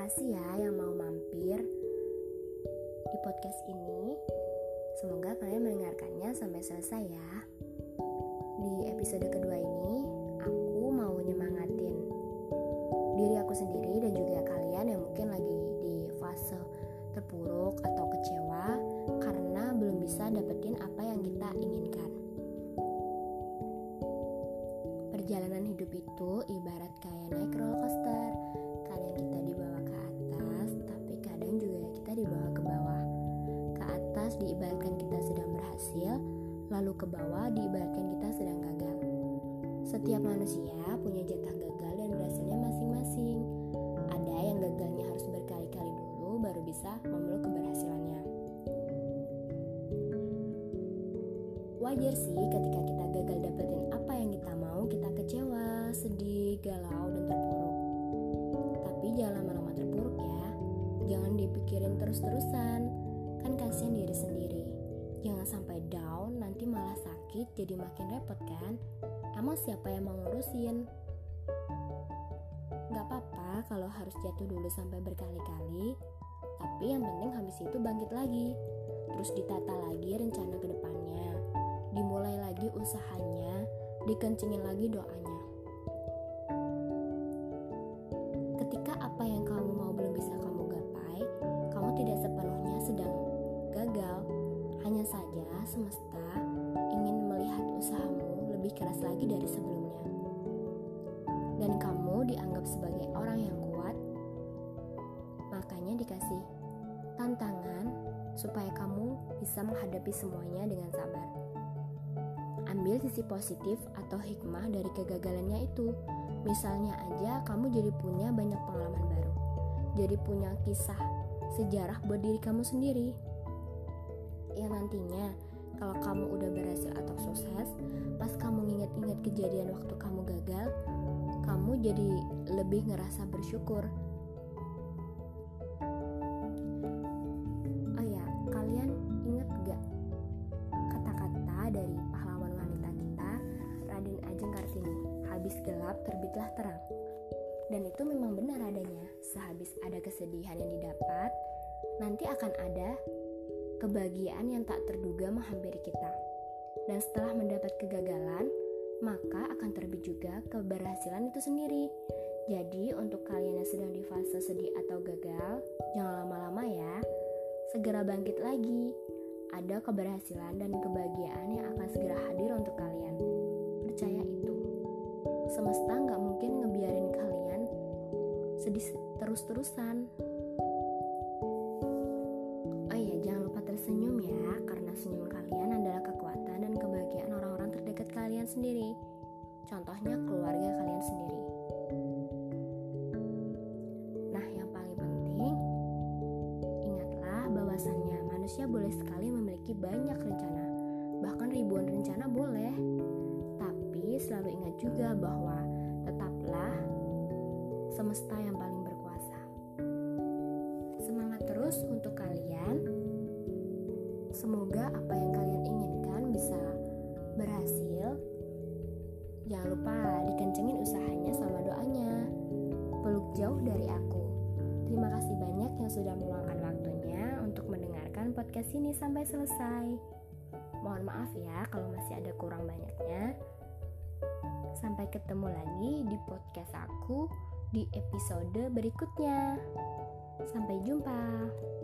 kasih ya yang mau mampir di podcast ini. Semoga kalian mendengarkannya sampai selesai ya. Di episode kedua ini, aku mau nyemangatin diri aku sendiri dan juga kalian yang mungkin lagi di fase terpuruk atau kecewa karena belum bisa dapetin apa yang kita inginkan. Perjalanan hidup itu ibarat kayak naik roller coaster. Kadang kita dibawa ke atas, tapi kadang juga kita dibawa ke bawah. Ke atas diibaratkan kita sedang berhasil, lalu ke bawah diibaratkan kita sedang gagal. Setiap manusia punya jatah gagal dan berhasilnya masing-masing. Ada yang gagalnya harus berkali-kali dulu baru bisa memeluk keberhasilannya. Wajar sih ketika kita gagal dapetin apa yang kita mau, kita kecewa, sedih, galau, dan terpuruk. Tapi jangan lama-lama terpuruk ya. Jangan dipikirin terus-terusan, kan kasihan diri sendiri. Jangan sampai down, nanti malah sakit, jadi makin repot kan. Emang siapa yang mau ngurusin? Gak apa-apa kalau harus jatuh dulu sampai berkali-kali, tapi yang penting habis itu bangkit lagi. Terus ditata lagi rencana ke depannya, dimulai lagi usahanya, dikencingin lagi doanya. Ketika apa yang kamu mau belum bisa kamu gapai, kamu tidak sepenuhnya sedang gagal. Hanya saja semesta ingin melihat usahamu lebih keras lagi dari sebelumnya. Dan kamu dianggap sebagai orang yang kuat, makanya dikasih tantangan supaya kamu bisa menghadapi semuanya dengan sabar. Ambil sisi positif atau hikmah dari kegagalannya itu. Misalnya aja kamu jadi punya banyak pengalaman baru, jadi punya kisah sejarah buat diri kamu sendiri, yang nantinya kalau kamu udah berhasil atau sukses, pas kamu ingat-ingat kejadian waktu kamu gagal, kamu jadi lebih ngerasa bersyukur. Oh ya, kalian ingat gak kata-kata dari pahlawan wanita kita, Raden Ajeng Kartini, habis gelap terbitlah terang. Dan itu memang benar adanya. Sehabis ada kesedihan yang didapat, nanti akan ada kebahagiaan yang tak terduga menghampiri kita. Dan setelah mendapat kegagalan, maka akan terbit juga keberhasilan itu sendiri. Jadi untuk kalian yang sedang di fase sedih atau gagal, jangan lama-lama ya. Segera bangkit lagi. Ada keberhasilan dan kebahagiaan yang akan segera hadir untuk kalian. Percaya itu. Semesta gak mungkin ngebiarin kalian sedih terus-terusan. Oh iya, jangan lupa tersenyum ya, karena senyum kalian adalah kekuatan dan kebahagiaan orang-orang terdekat kalian sendiri. Contohnya keluarga kalian sendiri. Nah, yang paling penting, ingatlah bahwasannya manusia boleh sekali memiliki banyak rencana, bahkan ribuan rencana boleh. Tapi selalu ingat juga bahwa tetaplah semesta yang paling berkuasa. Semangat terus untuk kalian. Semoga apa yang kalian inginkan bisa berhasil. Jangan lupa dikencengin usahanya sama doanya. Peluk jauh dari aku. Terima kasih banyak yang sudah meluangkan waktunya untuk mendengarkan podcast ini sampai selesai. Mohon maaf ya kalau masih ada kurang banyaknya. Sampai ketemu lagi di podcast aku di episode berikutnya. Sampai jumpa.